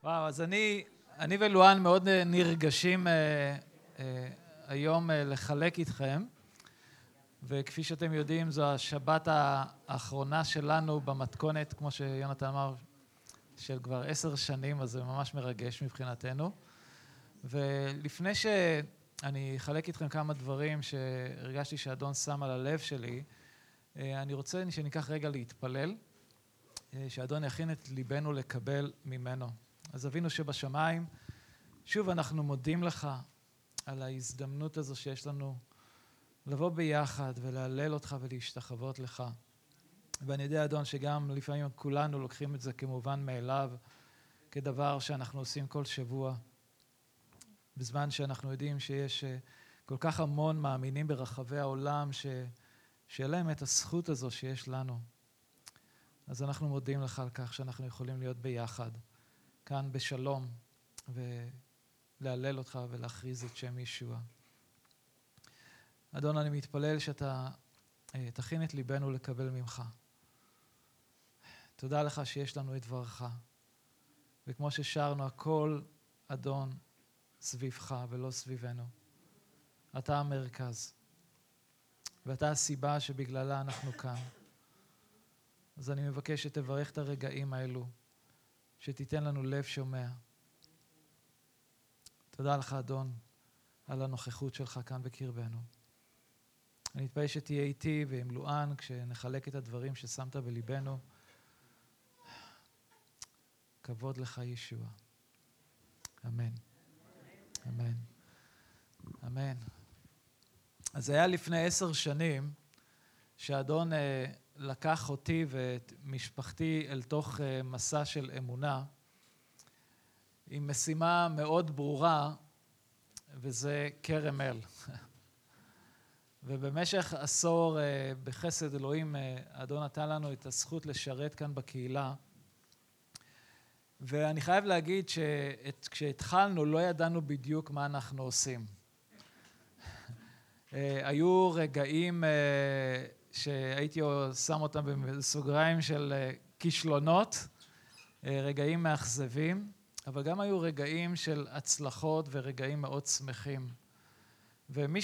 וואו, אז אני ולואן מאוד נרגשים היום לחלק איתכם, וכפי שאתם יודעים, זו השבת האחרונה שלנו במתכונת, כמו שיונתן אמר, של כבר 10 שנים, אז זה ממש מרגש מבחינתנו. ולפני שאני אחלק איתכם כמה דברים שהרגשתי שאדון שם על הלב שלי, אני רוצה שניקח רגע להתפלל, שאדון יכין את ליבנו לקבל ממנו. אז אבינו שבשמיים, שוב אנחנו מודים לך על ההזדמנות הזו שיש לנו לבוא ביחד ולהלל אותך ולהשתחוות לך. ואני יודע, אדון, שגם לפעמים כולנו לוקחים את זה כמובן מאליו, כדבר שאנחנו עושים כל שבוע, בזמן שאנחנו יודעים שיש כל כך המון מאמינים ברחבי העולם שאין להם את הזכות הזו שיש לנו. אז אנחנו מודים לך על כך שאנחנו יכולים להיות ביחד, כאן בשלום, ולהלל אותך ולהכריז את שם ישוע. אדון, אני מתפלל שאתה תכין את ליבנו לקבל ממך. תודה לך שיש לנו את דברך, וכמו ששרנו, הכל, אדון, סביבך ולא סביבנו. אתה המרכז, ואתה הסיבה שבגללה אנחנו כאן. אז אני מבקש שתברך את הרגעים האלו, שתיתן לנו לב שומע. תודה לך, אדון, על הנוכחות שלך כאן בקרבנו. אני מתפלל שתהיה איתי ועם לואן כשנחלק את הדברים ששמת בליבנו. כבוד לך, ישוע. אמן. אמן. אמן. אז היה לפני 10 שנים שאדון לקח אותי ואת משפחתי אל תוך מסע של אמונה, עם משימה מאוד ברורה, וזה כרם אל. ובמשך עשור בחסד אלוהים, אדון נתן לנו את הזכות לשרת כאן בקהילה. ואני חייב להגיד שכשהתחלנו לא ידענו בדיוק מה אנחנו עושים. היו רגעים שהייתי שם אותם בסוגריים של כישלונות, רגעים מאכזבים, אבל גם היו רגעים של הצלחות ורגעים מאוד שמחים. ומי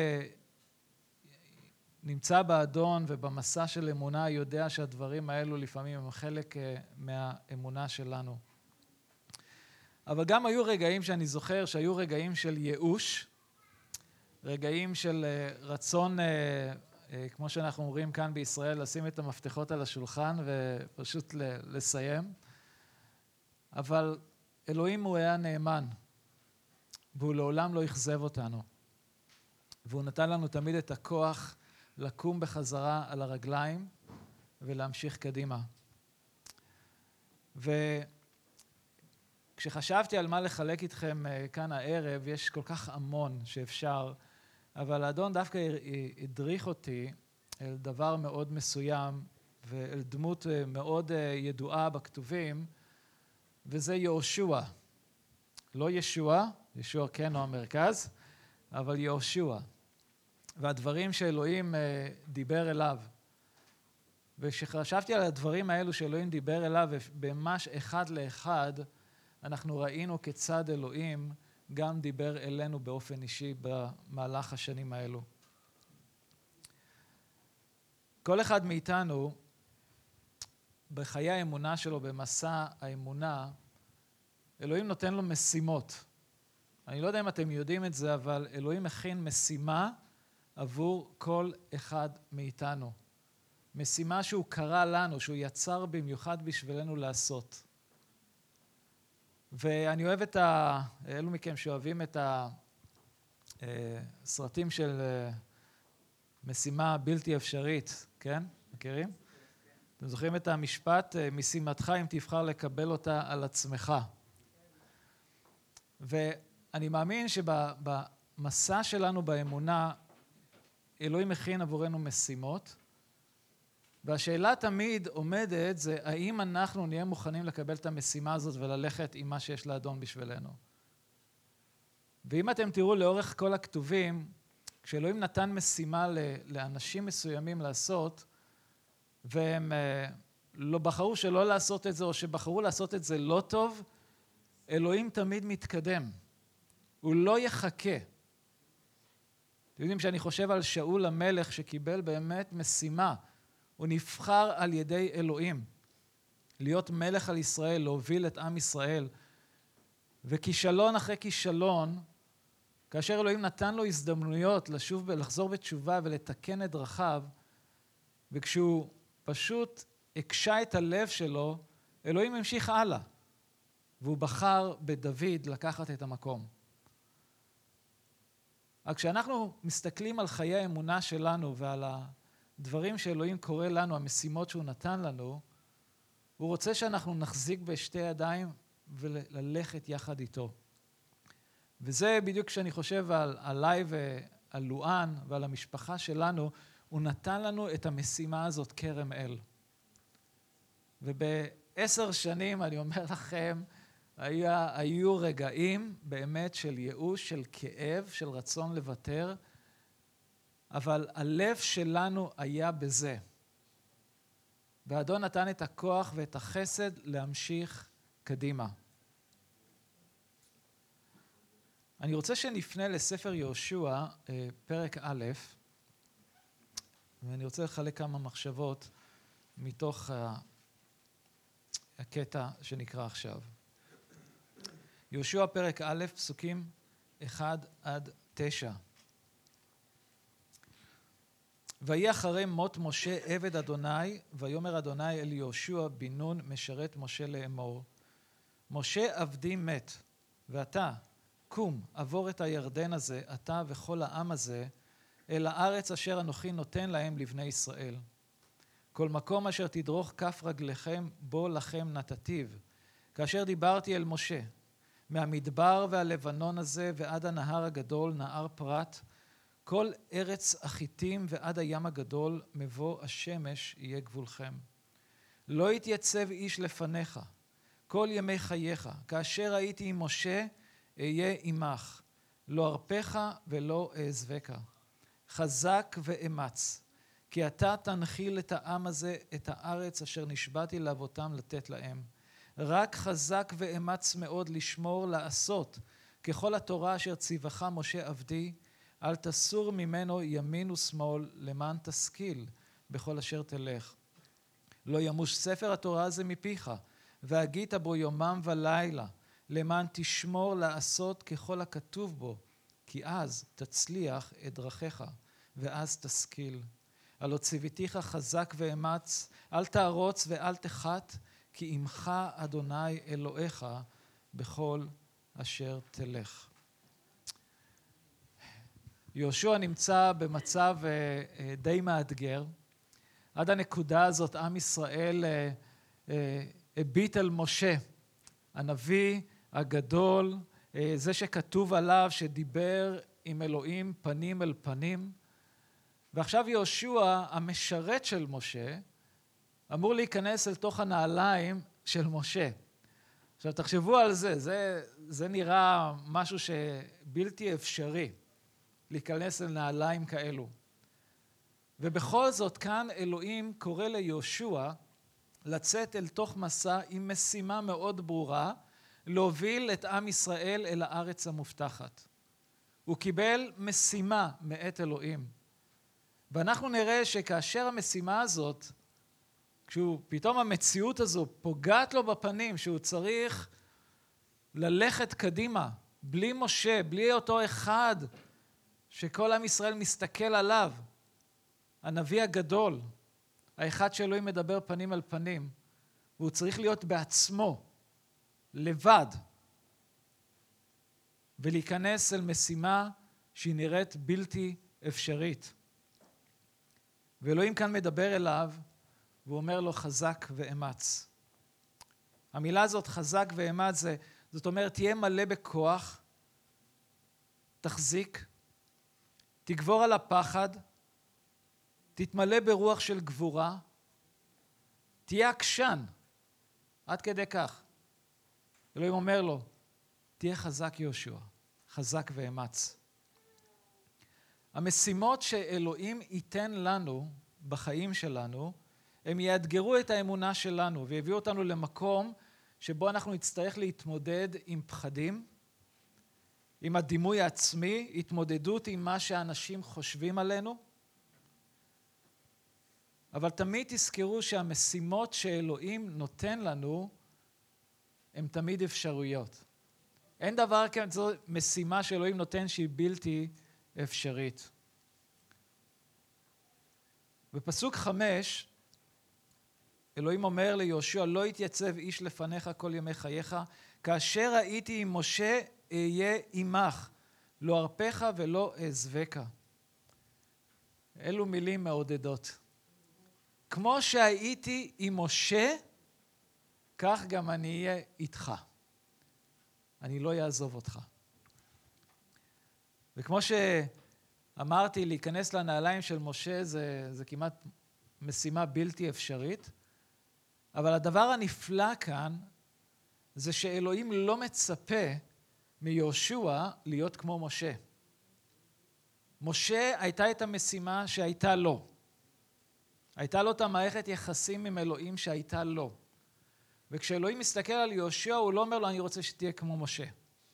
שנמצא באדון ובמסע של אמונה יודע שהדברים האלו לפעמים הם חלק מהאמונה שלנו. אבל גם היו רגעים שאני זוכר שהיו רגעים של ייאוש, רגעים של רצון, כמו שאנחנו אומרים כאן בישראל, לשים את המפתחות על השולחן ופשוט לסיים. אבל אלוהים הוא היה נאמן, והוא לעולם לא אכזב אותנו. והוא נתן לנו תמיד את הכוח לקום בחזרה על הרגליים ולהמשיך קדימה. וכשחשבתי על מה לחלק איתכם כאן הערב, יש כל כך המון שאפשר, אבל האדון דווקא הדריך אותי אל דבר מאוד מסוים ואל דמות מאוד ידועה בכתובים, וזה יהושע. לא ישוע, ישוע כן הוא המרכז, אבל יהושע. והדברים שאלוהים דיבר אליו. וכשחשבתי על הדברים האלו שאלוהים דיבר אליו, ממש אחד לאחד, אנחנו ראינו כיצד אלוהים גם דיבר אלינו באופן אישי במהלך השנים האלו. כל אחד מאיתנו, בחיי האמונה שלו, במסע האמונה, אלוהים נותן לו משימות. אני לא יודע אם אתם יודעים את זה, אבל אלוהים מכין משימה עבור כל אחד מאיתנו. משימה שהוא קרא לנו, שהוא יצר במיוחד בשבילנו לעשות. ואני אוהב אלו מכם שאוהבים את הסרטים של משימה בלתי אפשרית, כן? מכירים? אתם זוכרים את המשפט, משימתך אם תבחר לקבל אותה על עצמך. ואני מאמין שבמסע שלנו באמונה, אלוהים מכין עבורנו משימות, והשאלה תמיד עומדת זה האם אנחנו נהיה מוכנים לקבל את המשימה הזאת וללכת עם מה שיש לאדון בשבילנו. ואם אתם תראו לאורך כל הכתובים, כשאלוהים נתן משימה לאנשים מסוימים לעשות, והם לא בחרו שלא לעשות את זה, או שבחרו לעשות את זה לא טוב, אלוהים תמיד מתקדם. הוא לא יחכה. אתם יודעים שאני חושב על שאול המלך שקיבל באמת משימה. הוא נבחר על ידי אלוהים. להיות מלך על ישראל, להוביל את עם ישראל. וכישלון אחרי כישלון, כאשר אלוהים נתן לו הזדמנויות לחזור בתשובה ולתקן את דרכיו, וכשהוא פשוט הקשה את הלב שלו, אלוהים המשיך הלאה. והוא בחר בדוד לקחת את המקום. רק כשאנחנו מסתכלים על חיי האמונה שלנו ועל הדברים שאלוהים קורא לנו, המשימות שהוא נתן לנו, הוא רוצה שאנחנו נחזיק בשתי ידיים וללכת יחד איתו. וזה בדיוק כשאני חושב עליי ועל לואן ועל המשפחה שלנו, הוא נתן לנו את המשימה הזאת כרם אל. וב10 שנים, אני אומר לכם, היו רגעים באמת של ייאוש, של כאב, של רצון לוותר, אבל הלב שלנו היה בזה. והאדון נתן את הכוח ואת החסד להמשיך קדימה. אני רוצה שנפנה לספר יהושע, פרק א', ואני רוצה לחלק כמה מחשבות מתוך הקטע שנקרא עכשיו. יהושע פרק א', פסוקים 1-9. ויהי אחרי מות משה עבד אדוני, ויאמר אדוני אל יהושע בן נון משרת משה לאמור. משה עבדי מת, ואתה קום עבור את הירדן הזה, אתה וכל העם הזה, אל הארץ אשר אנוכי נותן להם לבני ישראל. כל מקום אשר תדרוך כף רגליכם בו לכם נתתיו, כאשר דיברתי אל משה. מהמדבר והלבנון הזה ועד הנהר הגדול, נהר פרת, כל ארץ החיתים ועד הים הגדול, מבוא השמש יהיה גבולכם. לא יתייצב איש לפניך, כל ימי חייך, כאשר הייתי עם משה, אהיה עמך, לא ארפך ולא אעזבך. חזק ואמץ, כי אתה תנחיל את העם הזה, את הארץ אשר נשבעתי לאבותם לתת להם. רק חזק ואמץ מאוד לשמור, לעשות, ככל התורה אשר ציווך משה עבדי, אל תסור ממנו ימין ושמאל, למען תשכיל בכל אשר תלך. לא ימוש ספר התורה הזה מפיך, והגית בו יומם ולילה, למען תשמור לעשות ככל הכתוב בו, כי אז תצליח את דרכיך, ואז תשכיל. הלא ציוויתיך חזק ואמץ, אל תערוץ ואל תחת, כי עמך אדוני אלוהיך בכל אשר תלך. יהושע נמצא במצב די מאתגר. עד הנקודה הזאת עם ישראל הביט אל משה, הנביא הגדול, זה שכתוב עליו שדיבר עם אלוהים פנים אל פנים. ועכשיו יהושע, המשרת של משה, אמור להיכנס אל תוך הנעליים של משה. עכשיו תחשבו על זה נראה משהו שבלתי אפשרי, להיכנס אל נעליים כאלו. ובכל זאת כאן אלוהים קורא ליהושע לצאת אל תוך מסע עם משימה מאוד ברורה, להוביל את עם ישראל אל הארץ המובטחת. הוא קיבל משימה מאת אלוהים. ואנחנו נראה שכאשר המשימה הזאת, פתאום המציאות הזו פוגעת לו בפנים, שהוא צריך ללכת קדימה, בלי משה, בלי אותו אחד שכל עם ישראל מסתכל עליו, הנביא הגדול, האחד שאלוהים מדבר פנים על פנים, והוא צריך להיות בעצמו, לבד, ולהיכנס אל משימה שהיא נראית בלתי אפשרית. ואלוהים כאן מדבר אליו, והוא אומר לו חזק ואמץ. המילה הזאת חזק ואמץ, זאת אומרת תהיה מלא בכוח, תחזיק, תגבור על הפחד, תתמלא ברוח של גבורה, תהיה עקשן, עד כדי כך. אלוהים אומר לו, תהיה חזק יהושע, חזק ואמץ. המשימות שאלוהים ייתן לנו בחיים שלנו, הם יאתגרו את האמונה שלנו ויביאו אותנו למקום שבו אנחנו נצטרך להתמודד עם פחדים, עם הדימוי העצמי, התמודדות עם מה שאנשים חושבים עלינו. אבל תמיד תזכרו שהמשימות שאלוהים נותן לנו הן תמיד אפשרויות. אין דבר כזו משימה שאלוהים נותן שהיא בלתי אפשרית. בפסוק 5, אלוהים אומר ליהושע, לא יתייצב איש לפניך כל ימי חייך, כאשר הייתי עם משה אהיה עמך, לא ארפך ולא אעזבך. אלו מילים מעודדות. כמו שהייתי עם משה, כך גם אני אהיה איתך. אני לא אעזוב אותך. וכמו שאמרתי, להיכנס לנעליים של משה זה כמעט משימה בלתי אפשרית, אבל הדבר הנפלא כאן זה שאלוהים לא מצפה מיהושע להיות כמו משה. משה הייתה את המשימה שהייתה לו. הייתה לו את המערכת יחסים עם אלוהים שהייתה לו. וכשאלוהים מסתכל על יהושע, הוא לא אומר לו, אני רוצה שתהיה כמו משה.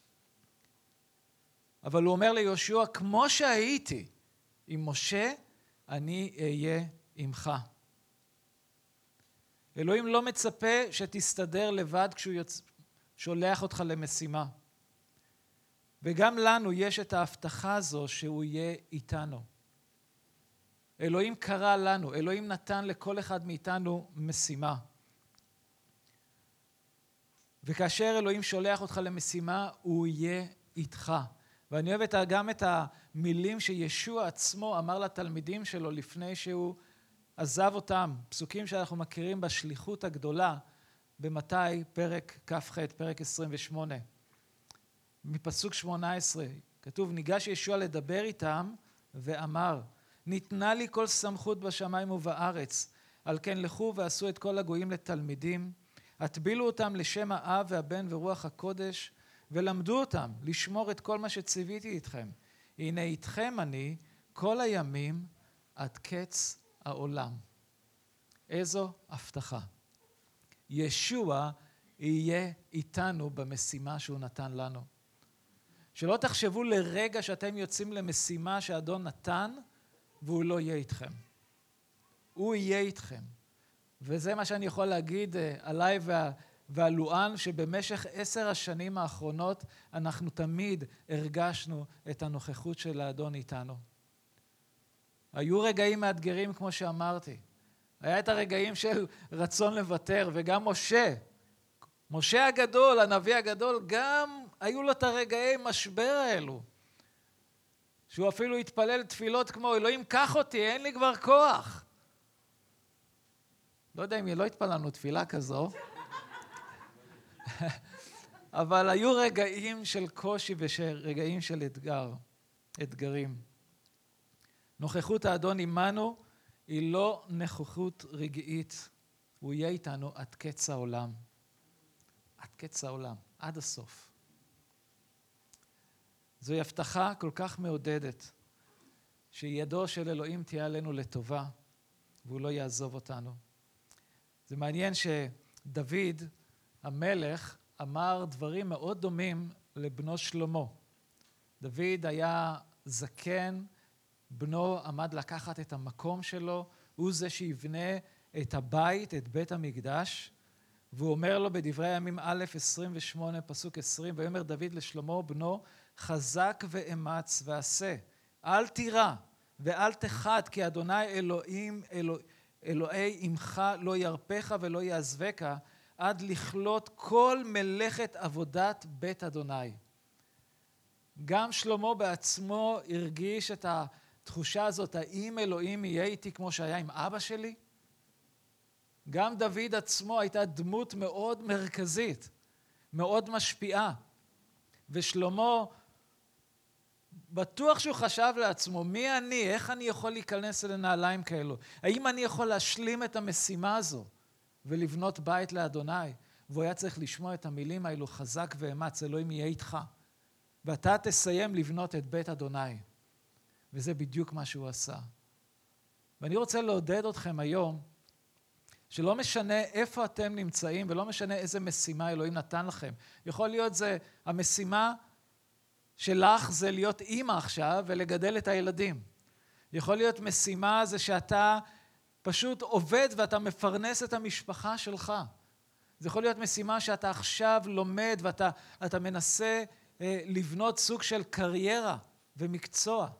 אבל הוא אומר ליהושע, כמו שהייתי עם משה, אני אהיה עמך. אלוהים לא מצפה שתסתדר לבד כשהוא שולח אותך למשימה. וגם לנו יש את ההבטחה הזו שהוא יהיה איתנו. אלוהים קרא לנו, אלוהים נתן לכל אחד מאיתנו משימה. וכאשר אלוהים שולח אותך למשימה, הוא יהיה איתך. ואני אוהב גם את המילים שישוע עצמו אמר לתלמידים שלו לפני שהוא עזב אותם, פסוקים שאנחנו מכירים בשליחות הגדולה, במתי פרק כ"ח, פרק 28. מפסוק 18, כתוב, ניגש ישוע לדבר איתם ואמר, ניתנה לי כל סמכות בשמיים ובארץ, על כן לכו ועשו את כל הגויים לתלמידים, הטבילו אותם לשם האב והבן ורוח הקודש, ולמדו אותם לשמור את כל מה שציוויתי איתכם. הנה איתכם אני כל הימים עד קץ העולם. איזו הבטחה. ישוע יהיה איתנו במשימה שהוא נתן לנו. שלא תחשבו לרגע שאתם יוצאים למשימה שאדון נתן, והוא לא יהיה איתכם. הוא יהיה איתכם. וזה מה שאני יכול להגיד עליי ועל לואן, שבמשך 10 השנים האחרונות אנחנו תמיד הרגשנו את הנוכחות של האדון איתנו. היו רגעים מאתגרים כמו שאמרתי. היה את הרגעים של רצון לוותר, וגם משה הגדול, הנביא הגדול, גם היו לו את הרגעי משבר האלו. שהוא אפילו התפלל תפילות כמו, אלוהים קח אותי, אין לי כבר כוח. לא יודע אם לא התפללנו תפילה כזו, אבל היו רגעים של קושי ורגעים של אתגרים. נוכחות האדון עמנו היא לא נוכחות רגעית. הוא יהיה איתנו עד קץ העולם. עד קץ העולם, עד הסוף. זוהי הבטחה כל כך מעודדת, שידו של אלוהים תהיה עלינו לטובה, והוא לא יעזוב אותנו. זה מעניין שדוד המלך אמר דברים מאוד דומים לבנו שלמה. דוד היה זקן, בנו עמד לקחת את המקום שלו, הוא זה שיבנה את הבית, את בית המקדש, והוא אומר לו בדברי הימים א' 28 פסוק 20, ויאמר דוד לשלמה בנו, חזק ואמץ ועשה, אל תירא ואל תחת, כי אדוני אלוהי עמך לא ירפך ולא יעזבך, עד לכלות כל מלאכת עבודת בית אדוני. גם שלמה בעצמו הרגיש את התחושה הזאת, האם אלוהים יהיה איתי כמו שהיה עם אבא שלי? גם דוד עצמו הייתה דמות מאוד מרכזית, מאוד משפיעה. ושלמה, בטוח שהוא חשב לעצמו, מי אני? איך אני יכול להיכנס לנעליים כאלו? האם אני יכול להשלים את המשימה הזו ולבנות בית לאדוני? והוא היה צריך לשמוע את המילים האלו, חזק ואמץ, אלוהים יהיה איתך. ואתה תסיים לבנות את בית אדוני. וזה בדיוק מה שהוא עשה. ואני רוצה לעודד אתכם היום, שלא משנה איפה אתם נמצאים ולא משנה איזה משימה אלוהים נתן לכם. יכול להיות המשימה שלך זה להיות אימא עכשיו ולגדל את הילדים. יכול להיות משימה זה שאתה פשוט עובד ואתה מפרנס את המשפחה שלך. זה יכול להיות משימה שאתה עכשיו לומד ואתה מנסה לבנות סוג של קריירה ומקצוע.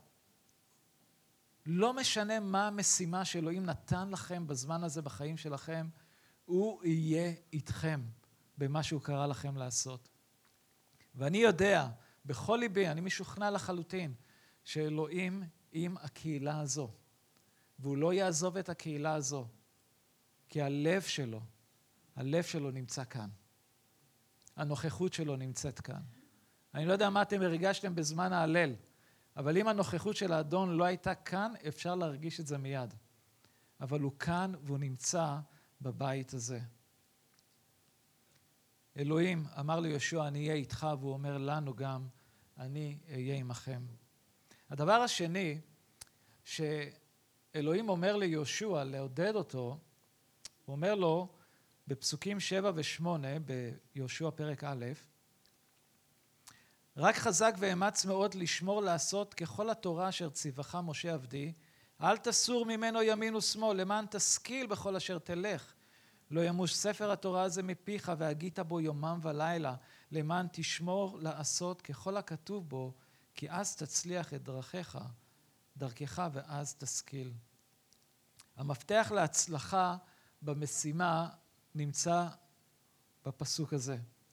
לא משנה מה המשימה שאלוהים נתן לכם בזמן הזה בחיים שלכם, הוא יהיה איתכם במה שהוא קרא לכם לעשות. ואני יודע, בכל ליבי, אני משוכנע לחלוטין, שאלוהים עם הקהילה הזו, והוא לא יעזוב את הקהילה הזו, כי הלב שלו נמצא כאן. הנוכחות שלו נמצאת כאן. אני לא יודע מה אתם הרגשתם בזמן ההלל, אבל אם הנוכחות של האדון לא הייתה כאן, אפשר להרגיש את זה מיד. אבל הוא כאן והוא נמצא בבית הזה. אלוהים אמר ליהושע, אני אהיה איתך, והוא אומר לנו גם, אני אהיה עמכם. הדבר השני, שאלוהים אומר ליהושע לעודד אותו, הוא אומר לו בפסוקים 7 ו8 ביהושע פרק א', רק חזק ואמץ מאוד לשמור לעשות ככל התורה אשר ציווך משה עבדי, אל תסור ממנו ימין ושמאל, למען תשכיל בכל אשר תלך. לא ימוש ספר התורה הזה מפיך והגית בו יומם ולילה, למען תשמור לעשות ככל הכתוב בו, כי אז תצליח את דרכך ואז תשכיל. המפתח להצלחה במשימה נמצא בפסוק הזה.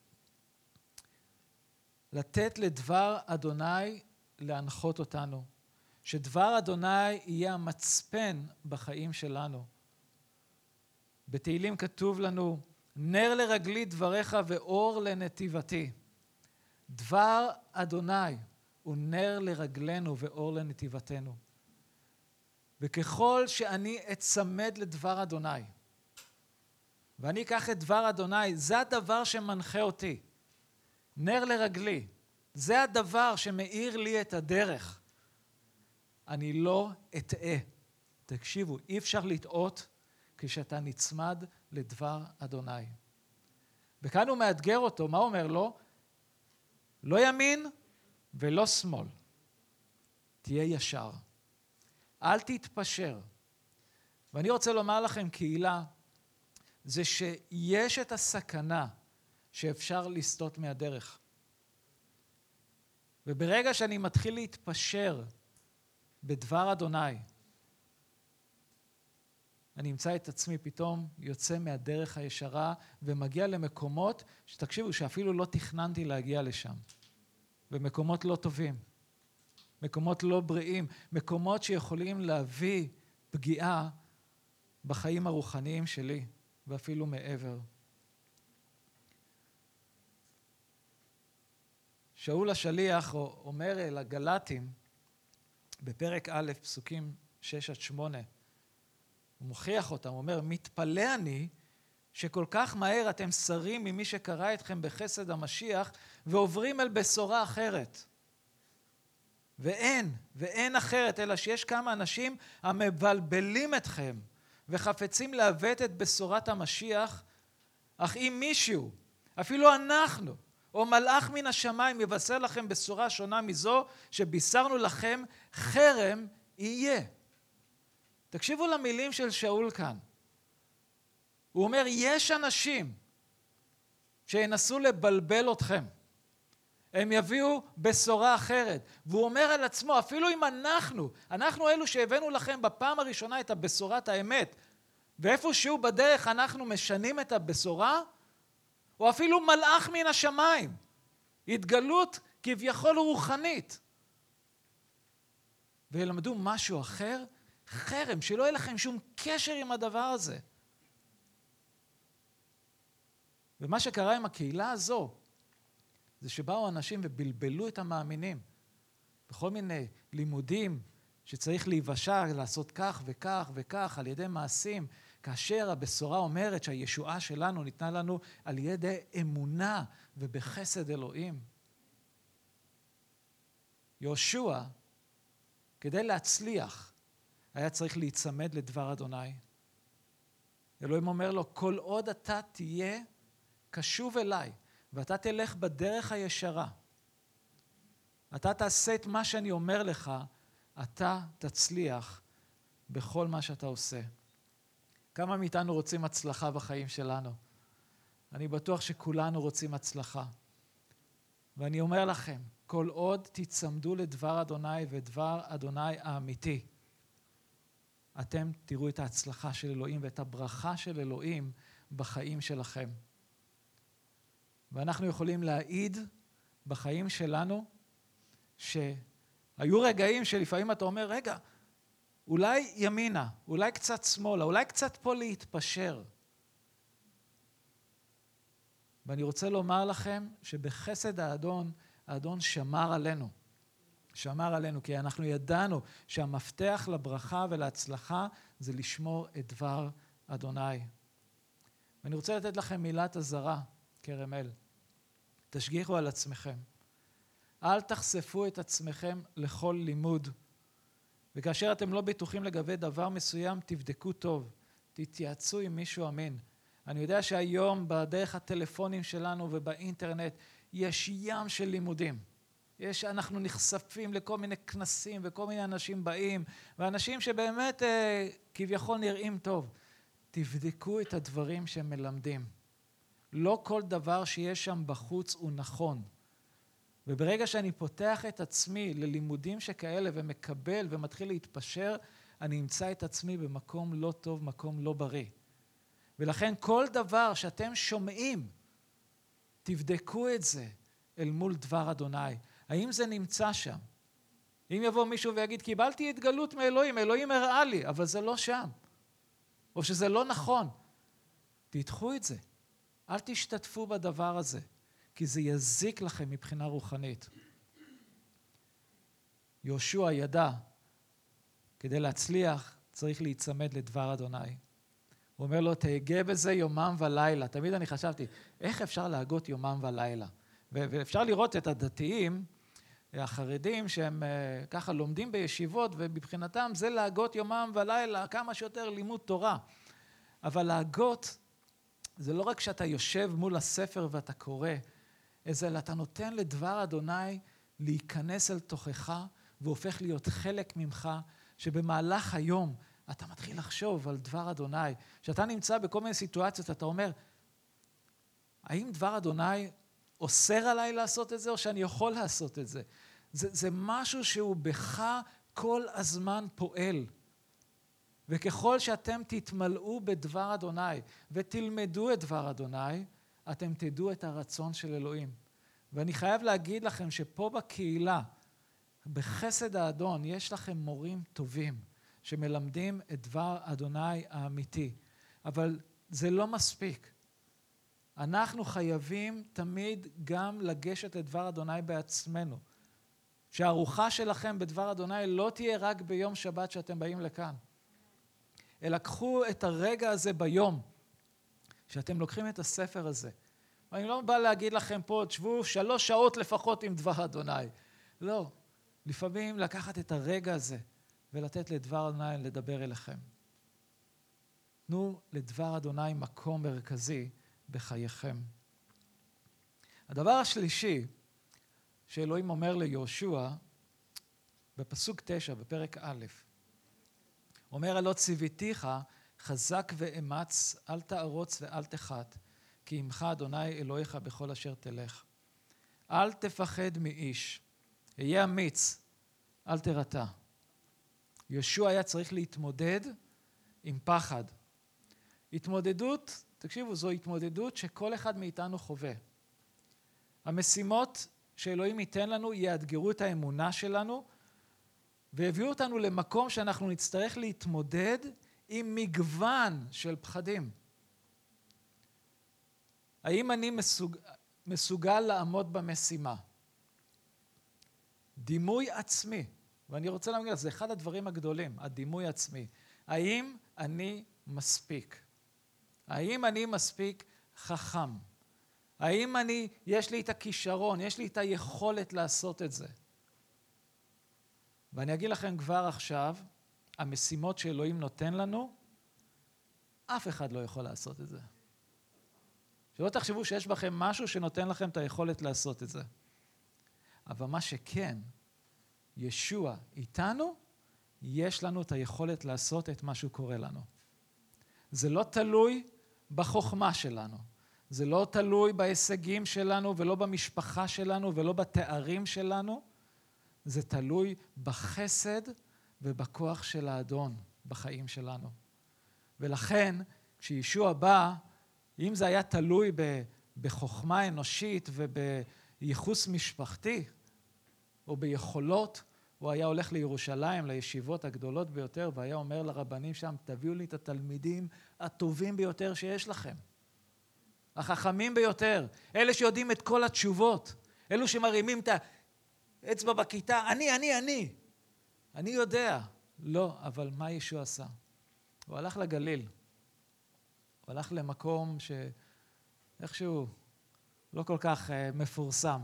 לתת לדבר אדוני להנחות אותנו. שדבר אדוני יהיה המצפן בחיים שלנו. בתהילים כתוב לנו, נר לרגלי דבריך ואור לנתיבתי. דבר אדוני הוא נר לרגלנו ואור לנתיבתנו. וככל שאני אצמד לדבר אדוני, ואני אקח את דבר אדוני, זה הדבר שמנחה אותי. נר לרגלי, זה הדבר שמאיר לי את הדרך. אני לא אטעה. תקשיבו, אי אפשר לטעות כשאתה נצמד לדבר אדוני. וכאן הוא מאתגר אותו, מה אומר לו? לא ימין ולא שמאל. תהיה ישר. אל תתפשר. ואני רוצה לומר לכם, קהילה, זה שיש את הסכנה שאפשר לסטות מהדרך. וברגע שאני מתחיל להתפשר בדבר אדוני, אני אמצא את עצמי פתאום יוצא מהדרך הישרה ומגיע למקומות שתקשיבו שאפילו לא תכננתי להגיע לשם. ומקומות לא טובים, מקומות לא בריאים, מקומות שיכולים להביא פגיעה בחיים הרוחניים שלי ואפילו מעבר. שאול השליח אומר אל הגלטים בפרק א' פסוקים 6-8, הוא מוכיח אותם, הוא אומר, מתפלא אני שכל כך מהר אתם שרים ממי שקרא אתכם בחסד המשיח ועוברים אל בשורה אחרת. ואין אחרת, אלא שיש כמה אנשים המבלבלים אתכם וחפצים לעוות את בשורת המשיח, אך אם מישהו, אפילו אנחנו, או מלאך מן השמיים יבשר לכם בשורה שונה מזו שבישרנו לכם, חרם יהיה. תקשיבו למילים של שאול כאן. הוא אומר, יש אנשים שינסו לבלבל אתכם. הם יביאו בשורה אחרת. והוא אומר על עצמו, אפילו אם אנחנו אלו שהבאנו לכם בפעם הראשונה את הבשורת האמת, ואיפשהו בדרך אנחנו משנים את הבשורה, או אפילו מלאך מן השמיים, התגלות כביכול רוחנית, וילמדו משהו אחר, חרם, שלא יהיה לכם שום קשר עם הדבר הזה. ומה שקרה עם הקהילה הזו, זה שבאו אנשים ובלבלו את המאמינים, בכל מיני לימודים שצריך להיוושע, לעשות כך וכך וכך על ידי מעשים, כאשר הבשורה אומרת שהישועה שלנו ניתנה לנו על ידי אמונה ובחסד אלוהים. יהושע, כדי להצליח, היה צריך להיצמד לדבר אדוני. אלוהים אומר לו, כל עוד אתה תהיה קשוב אליי, ואתה תלך בדרך הישרה, אתה תעשה את מה שאני אומר לך, אתה תצליח בכל מה שאתה עושה. כמה מאיתנו רוצים הצלחה בחיים שלנו? אני בטוח שכולנו רוצים הצלחה. ואני אומר לכם, כל עוד תצמדו לדבר אדוני ודבר אדוני האמיתי, אתם תראו את ההצלחה של אלוהים ואת הברכה של אלוהים בחיים שלכם. ואנחנו יכולים להעיד בחיים שלנו שהיו רגעים שלפעמים אתה אומר, רגע, אולי ימינה, אולי קצת שמאלה, אולי קצת פה להתפשר. ואני רוצה לומר לכם שבחסד האדון שמר עלינו. שמר עלינו, כי אנחנו ידענו שהמפתח לברכה ולהצלחה זה לשמור את דבר אדוני. ואני רוצה לתת לכם מילת אזהרה, כרמל. תשגיחו על עצמכם. אל תחשפו את עצמכם לכל לימוד. וכאשר אתם לא בטוחים לגבי דבר מסוים, תבדקו טוב. תתייעצו עם מישהו אמין. אני יודע שהיום בדרך הטלפונים שלנו ובאינטרנט יש ים של לימודים. אנחנו נחשפים לכל מיני כנסים וכל מיני אנשים באים, ואנשים שבאמת כביכול נראים טוב. תבדקו את הדברים שהם מלמדים. לא כל דבר שיש שם בחוץ הוא נכון. וברגע שאני פותח את עצמי ללימודים שכאלה ומקבל ומתחיל להתפשר, אני אמצא את עצמי במקום לא טוב, מקום לא בריא. ולכן כל דבר שאתם שומעים, תבדקו את זה אל מול דבר אדוני. האם זה נמצא שם? אם יבוא מישהו ויגיד, קיבלתי התגלות מאלוהים, אלוהים הראה לי, אבל זה לא שם. או שזה לא נכון. תדחו את זה. אל תשתתפו בדבר הזה, כי זה יזיק לכם מבחינה רוחנית. יהושע ידע, כדי להצליח צריך להיצמד לדבר אדוני. הוא אומר לו, תהגה בזה יומם ולילה. תמיד אני חשבתי, איך אפשר להגות יומם ולילה? ואפשר לראות את הדתיים, החרדים, שהם ככה לומדים בישיבות, ובבחינתם זה להגות יומם ולילה, כמה שיותר לימוד תורה. אבל להגות, זה לא רק שאתה יושב מול הספר ואתה קורא, אלא אתה נותן לדבר אדוני להיכנס אל תוכך, והופך להיות חלק ממך, שבמהלך היום אתה מתחיל לחשוב על דבר אדוני. כשאתה נמצא בכל מיני סיטואציות, אתה אומר, האם דבר אדוני אוסר עליי לעשות את זה, או שאני יכול לעשות את זה? זה משהו שהוא בך כל הזמן פועל. וככל שאתם תתמלאו בדבר אדוני, ותלמדו את דבר אדוני, אתם תדעו את הרצון של אלוהים. ואני חייב להגיד לכם שפה בקהילה, בחסד האדון, יש לכם מורים טובים, שמלמדים את דבר אדוני האמיתי. אבל זה לא מספיק. אנחנו חייבים תמיד גם לגשת לדבר אדוני בעצמנו. שהארוחה שלכם בדבר אדוני לא תהיה רק ביום שבת שאתם באים לכאן. אלא קחו את הרגע הזה ביום, שאתם לוקחים את הספר הזה. ואני לא בא להגיד לכם פה, תשבו 3 שעות לפחות עם דבר אדוני. לא. לפעמים לקחת את הרגע הזה, ולתת לדבר אדוני לדבר אליכם. תנו לדבר אדוני מקום מרכזי בחייכם. הדבר השלישי שאלוהים אומר ליהושע, בפסוק 9, בפרק א', אומר, הלא ציוויתיך חזק ואמץ, אל תארוץ ואל תחת, כי עמך אדוני אלוהיך בכל אשר תלך. אל תפחד מאיש, היה אמיץ, אל תרתע. יהושע היה צריך להתמודד עם פחד. התמודדות, תקשיבו, זו התמודדות שכל אחד מאיתנו חווה. המשימות שאלוהים ייתן לנו יאתגרו את האמונה שלנו, והביאו אותנו למקום שאנחנו נצטרך להתמודד עם מגוון של פחדים. האם אני מסוגל לעמוד במשימה? דימוי עצמי, ואני רוצה להגיד, זה אחד הדברים הגדולים, הדימוי עצמי. האם אני מספיק? האם אני מספיק חכם? האם יש לי את הכישרון, יש לי את היכולת לעשות את זה? ואני אגיד לכם כבר עכשיו, המשימות שאלוהים נותן לנו, אף אחד לא יכול לעשות את זה. שלא תחשבו שיש בכם משהו שנותן לכם את היכולת לעשות את זה. אבל מה שכן, ישוע איתנו, יש לנו את היכולת לעשות את מה שהוא קורא לנו. זה לא תלוי בחוכמה שלנו. זה לא תלוי בהישגים שלנו, ולא במשפחה שלנו, ולא בתארים שלנו. זה תלוי בחסד ובכוח של האדון בחיים שלנו. ולכן, כשישוע בא, אם זה היה תלוי בחוכמה אנושית ובייחוס משפחתי, או ביכולות, הוא היה הולך לירושלים, לישיבות הגדולות ביותר, והיה אומר לרבנים שם, תביאו לי את התלמידים הטובים ביותר שיש לכם. החכמים ביותר, אלה שיודעים את כל התשובות, אלו שמרימים את האצבע בכיתה, אני יודע. לא, אבל מה ישוע עשה? הוא הלך לגליל. הוא הלך למקום שאיכשהו לא כל כך מפורסם.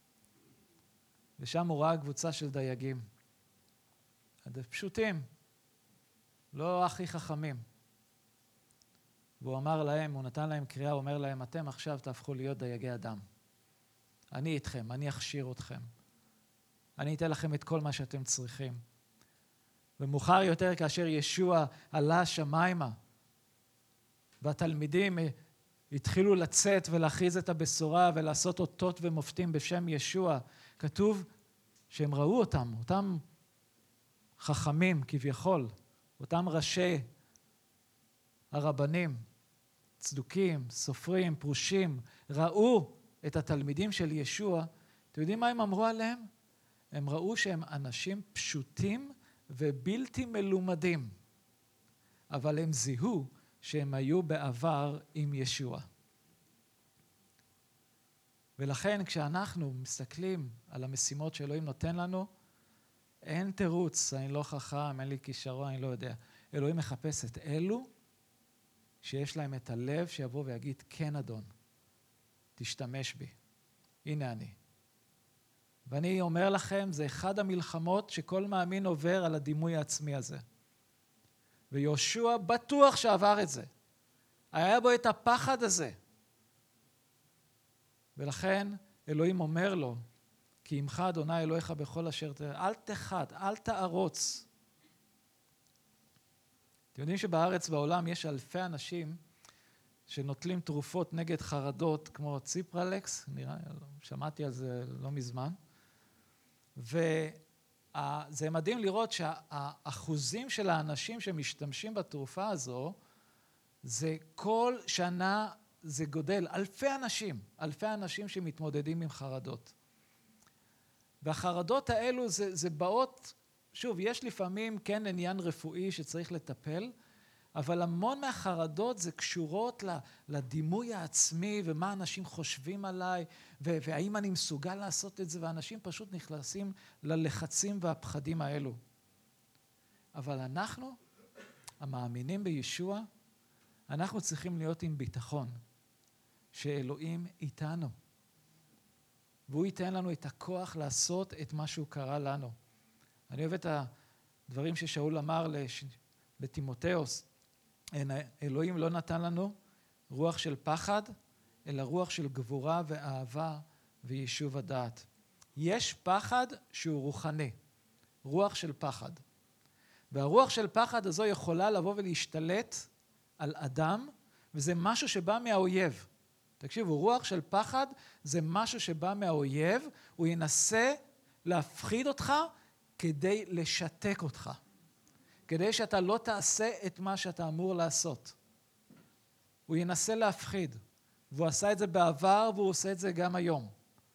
ושם הוא ראה קבוצה של דייגים. פשוטים, לא הכי חכמים. והוא אמר להם, הוא נתן להם קריאה, הוא אומר להם, אתם עכשיו תהפכו להיות דייגי אדם. אני איתכם, אני אכשיר אתכם. אני אתן לכם את כל מה שאתם צריכים. ומאוחר יותר, כאשר ישוע עלה השמיימה, והתלמידים התחילו לצאת ולהכריז את הבשורה ולעשות אותות ומופתים בשם ישוע, כתוב שהם ראו אותם חכמים כביכול, אותם ראשי הרבנים, צדוקים, סופרים, פרושים, ראו את התלמידים של ישוע. אתם יודעים מה הם אמרו עליהם? הם ראו שהם אנשים פשוטים ובלתי מלומדים, אבל הם זיהו שהם היו בעבר עם ישוע. ולכן כשאנחנו מסתכלים על המשימות שאלוהים נותן לנו, אין תירוץ, אני לא חכם, אין לי כישרון, אני לא יודע. אלוהים מחפש את אלו שיש להם את הלב שיבוא ויגיד, כן אדון, תשתמש בי, הנה אני. ואני אומר לכם, זה אחד המלחמות שכל מאמין עובר על הדימוי העצמי הזה. ויהושע בטוח שעבר את זה. היה בו את הפחד הזה. ולכן אלוהים אומר לו, כי עמך אדוני אלוהיך בכל אשר תראה, אל תחת, אל תערוץ. אתם יודעים שבארץ בעולם יש אלפי אנשים שנוטלים תרופות נגד חרדות, כמו ציפרלקס, שמעתי על זה לא מזמן, וזה מדהים לראות שהאחוזים של האנשים שמשתמשים בתרופה הזו, זה כל שנה זה גודל, אלפי אנשים שמתמודדים עם חרדות. והחרדות האלו זה באות, שוב, יש לפעמים כן עניין רפואי שצריך לטפל, אבל המון מהחרדות זה קשורות לדימוי העצמי ומה אנשים חושבים עליי, והאם אני מסוגל לעשות את זה, ואנשים פשוט נכנסים ללחצים והפחדים האלו. אבל אנחנו, המאמינים בישוע, אנחנו צריכים להיות עם ביטחון, שאלוהים איתנו. והוא ייתן לנו את הכוח לעשות את מה שהוא קרא לנו. אני אוהב את הדברים ששאול אמר לטימותאוס, אלוהים לא נתן לנו רוח של פחד, אלא רוח של גבורה ואהבה ויישוב הדעת. יש פחד שהוא רוחני, רוח של פחד. והרוח של פחד הזו יכולה לבוא ולהשתלט על אדם, וזה משהו שבא מהאויב. תקשיבו, רוח של פחד זה משהו שבא מהאויב, הוא ינסה להפחיד אותך כדי לשתק אותך. כדי שאתה לא תעשה את מה שאתה אמור לעשות. הוא ינסה להפחיד, והוא עשה את זה בעבר והוא עושה את זה גם היום.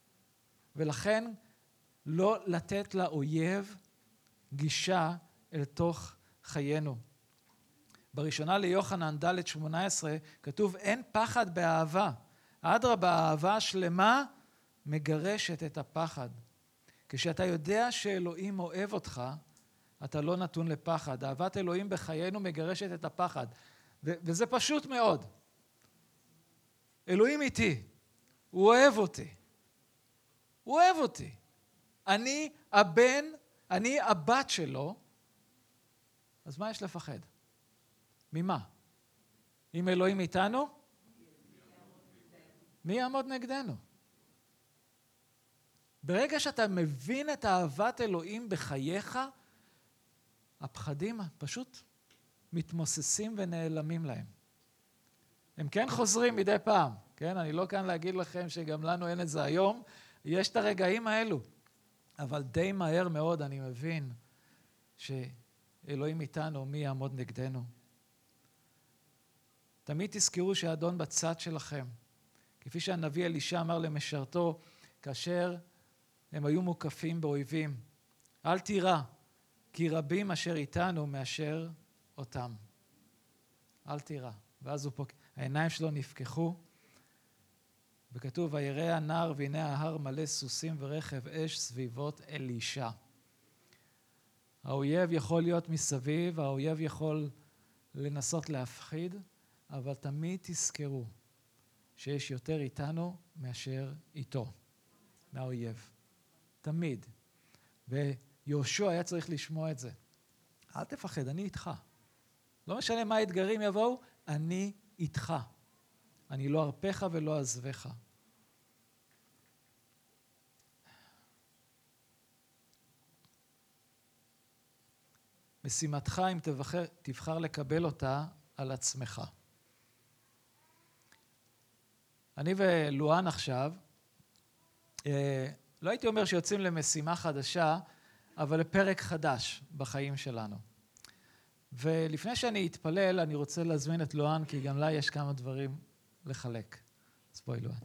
ולכן לא לתת לאויב גישה אל תוך חיינו. בראשונה ליוחנן ד' 18 כתוב אין פחד באהבה. אדרבה, האהבה השלמה מגרשת את הפחד. כשאתה יודע שאלוהים אוהב אותך, אתה לא נתון לפחד. אהבת אלוהים בחיינו מגרשת את הפחד. וזה פשוט מאוד. אלוהים איתי. הוא אוהב אותי. הוא אוהב אותי. אני הבן, אני הבת שלו. אז מה יש לפחד? ממה? אם אלוהים איתנו, מי יעמוד נגדנו? ברגע שאתה מבין את אהבת אלוהים בחייך, הפחדים פשוט מתמוססים ונעלמים להם. הם כן חוזרים מדי פעם, כן? אני לא כאן להגיד לכם שגם לנו אין את זה היום, יש את הרגעים האלו, אבל די מהר מאוד אני מבין שאלוהים איתנו, מי יעמוד נגדנו. תמיד תזכרו שהאדון בצד שלכם, כפי שהנביא אלישע אמר למשרתו, כאשר הם היו מוקפים באויבים, אל תירא, כי רבים אשר איתנו מאשר אותם. אל תירא. ואז העיניים שלו נפקחו, וכתוב, וירא הנער והנה ההר מלא סוסים ורכב אש סביבות אלישע. האויב יכול להיות מסביב, האויב יכול לנסות להפחיד, אבל תמיד תזכרו שיש יותר איתנו מאשר איתו, מהאויב. תמיד. ויהושע היה צריך לשמוע את זה. אל תפחד, אני איתך. לא משנה מה האתגרים יבואו, אני איתך. אני לא ארפך ולא אעזבך. משימתך אם תבחר לקבל אותה על עצמך. אני ולואן עכשיו, לא הייתי אומר שיוצאים למשימה חדשה, אבל לפרק חדש בחיים שלנו. ולפני שאני אתפלל, אני רוצה להזמין את לואן, כי גם לה יש כמה דברים לחלק. אז בואי לואן.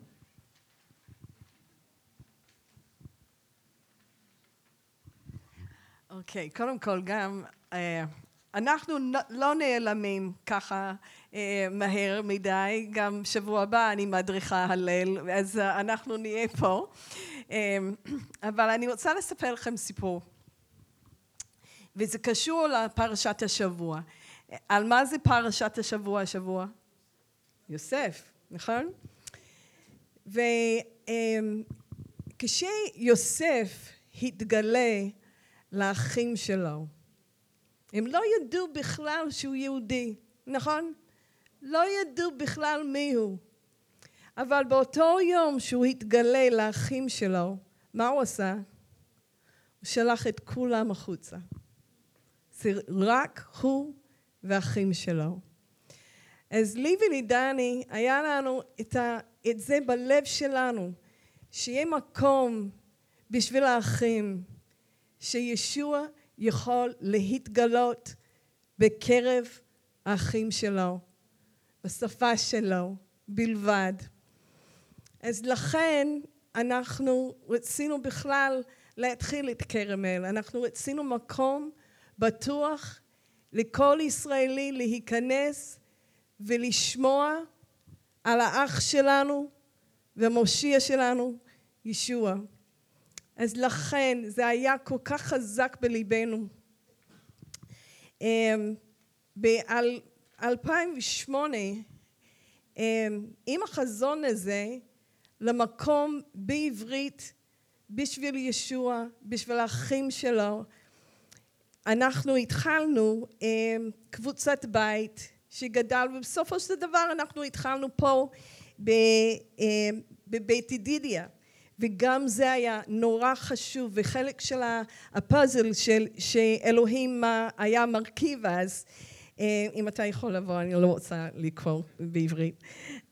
אוקיי, קודם כל גם, אנחנו לא נעלמים ככה מהר מדי, גם שבוע הבא אני מדריכה הלל, אז אנחנו נהיה פה. אבל אני רוצה לספר לכם סיפור, וזה קשור לפרשת השבוע. על מה זה פרשת השבוע השבוע? יוסף, נכון? וכשיוסף התגלה לאחים שלו, הם לא ידעו בכלל שהוא יהודי, נכון? לא ידעו בכלל מי הוא. אבל באותו יום שהוא התגלה לאחים שלו, מה הוא עשה? הוא שלח את כולם החוצה. זה רק הוא והאחים שלו. אז לי ולידני היה לנו את זה בלב שלנו, שיהיה מקום בשביל האחים, שישוע יכול להתגלות בקרב האחים שלו, בשפה שלו בלבד. אז לכן אנחנו רצינו בכלל להתחיל את כרמל, אנחנו רצינו מקום בטוח לכל ישראלי להיכנס ולשמוע על האח שלנו והמושיע שלנו, ישוע. אז לכן זה היה כל כך חזק בליבנו. ב-2008, עם החזון הזה, למקום בעברית, בשביל ישוע, בשביל האחים שלו, אנחנו התחלנו קבוצת בית שגדל, ובסופו של דבר אנחנו התחלנו פה בבית ידידיה. וגם זה היה נורא חשוב, וחלק של הפאזל שאלוהים היה מרכיב אז, אם אתה יכול לבוא, אני לא רוצה לקרוא בעברית.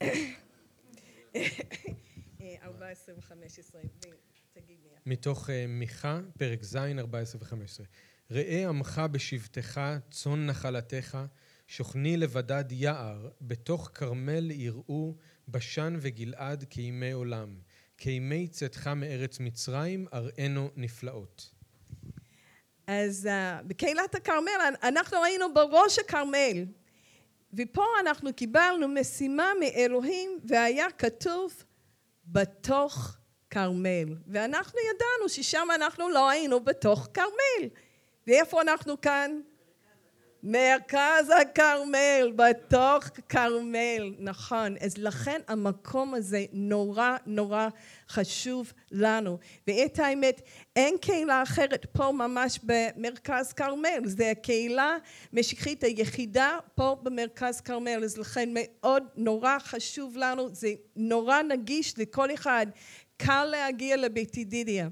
14 ו-15, תגיד לי. מתוך מיכה, פרק ז', 14 ו-15. ראה עמך בשבתך, צאן נחלתך, שוכני לבדד יער, בתוך כרמל יראו בשן וגלעד כימי עולם. כימי צאתך מארץ מצרים, אראנו נפלאות. אז בקהילת הכרמל, אנחנו היינו בראש הכרמל, ופה אנחנו קיבלנו משימה מאלוהים, והיה כתוב בתוך כרמל. ואנחנו ידענו ששם אנחנו לא היינו בתוך כרמל. ואיפה אנחנו כאן? מרכז הכרמל, בתוך כרמל, נכון. אז לכן המקום הזה נורא נורא חשוב לנו. ואת האמת, אין קהילה אחרת פה ממש במרכז כרמל. זה הקהילה המשיחית היחידה פה במרכז כרמל. אז לכן מאוד נורא חשוב לנו, זה נורא נגיש לכל אחד. קל להגיע לבית ידידיה.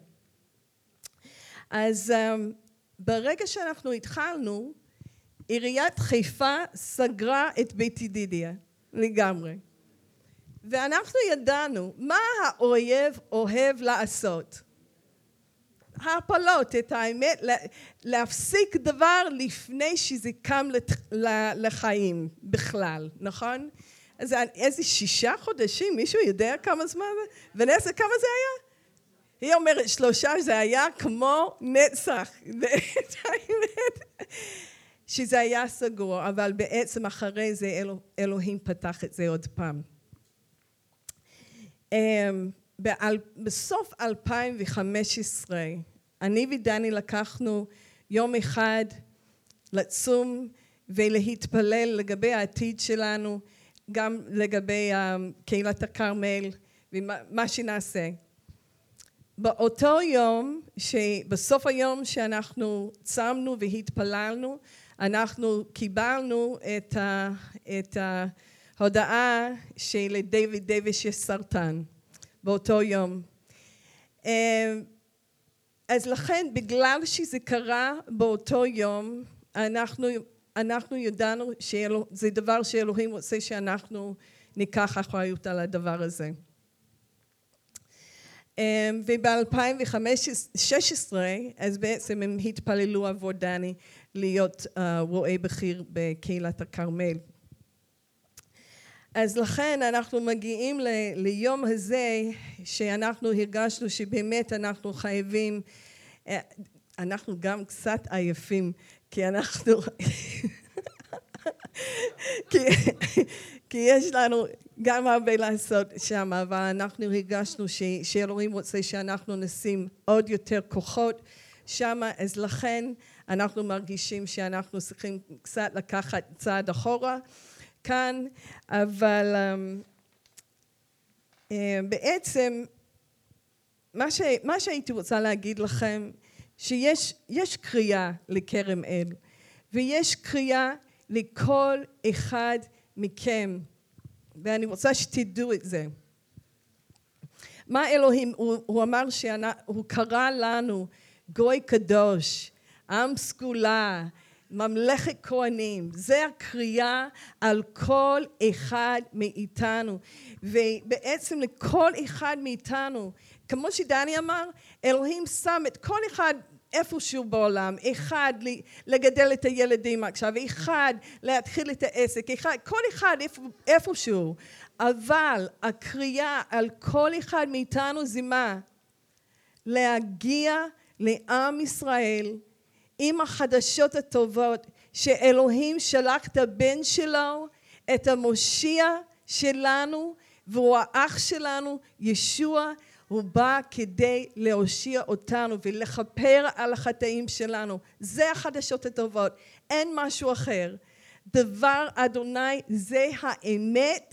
אז ברגע שאנחנו התחלנו, עיריית חיפה סגרה את בית ידידיה לגמרי. ואנחנו ידענו מה האויב אוהב לעשות. הפלות, את האמת, להפסיק דבר לפני שזה קם לחיים בכלל, נכון? אז איזה 6 חודשים, מישהו יודע כמה זמן זה? ונסה, כמה זה היה? היא אומרת 3, זה היה כמו נצח. ואת האמת, שזה היה סגור, אבל בעצם אחרי זה אלוהים פתח את זה עוד פעם. בסוף 2015, אני ודני לקחנו יום אחד לצום ולהתפלל לגבי העתיד שלנו, גם לגבי קהילת הכרמל ומה שנעשה. באותו יום, בסוף היום שאנחנו צמנו והתפללנו, אנחנו קיבלנו את ההודעה שלדיוויד דייוויס יש סרטן באותו יום. אז לכן בגלל שזה קרה באותו יום, אנחנו ידענו שזה דבר שאלוהים רוצה שאנחנו ניקח אחריות על הדבר הזה. וב-2016 אז בעצם הם התפללו עבור דני להיות רועה בכיר בקהילת הכרמל. אז לכן אנחנו מגיעים ליום הזה שאנחנו הרגשנו שבאמת אנחנו חייבים, אנחנו גם קצת עייפים כי אנחנו כי יש לנו גם הרבה לעשות שם, אבל אנחנו הרגשנו שאלוהים רוצה שאנחנו נשים עוד יותר כוחות שם, אז לכן אנחנו מרגישים שאנחנו צריכים קצת לקחת צעד אחורה כאן, אבל בעצם מה שהייתי רוצה להגיד לכם, שיש קריאה לכרם אל, ויש קריאה לכל אחד מכם, ואני רוצה שתדעו את זה. מה אלוהים, הוא אמר שהוא קרא לנו גוי קדוש, עם סגולה, ממלכת כהנים. זה הקריאה על כל אחד מאיתנו. ובעצם לכל אחד מאיתנו, כמו שדני אמר, אלוהים שם את כל אחד איפשהו בעולם, אחד לגדל את הילדים עכשיו, אחד להתחיל את העסק, כל אחד איפשהו, אבל הקריאה על כל אחד מאיתנו זה מה? להגיע לעם ישראל עם החדשות הטובות שאלוהים שלח את הבן שלו, את המושיע שלנו, והוא האח שלנו, ישוע, הוא בא כדי להושיע אותנו ולכפר על החטאים שלנו. זה החדשות הטובות, אין משהו אחר. דבר אדוני זה האמת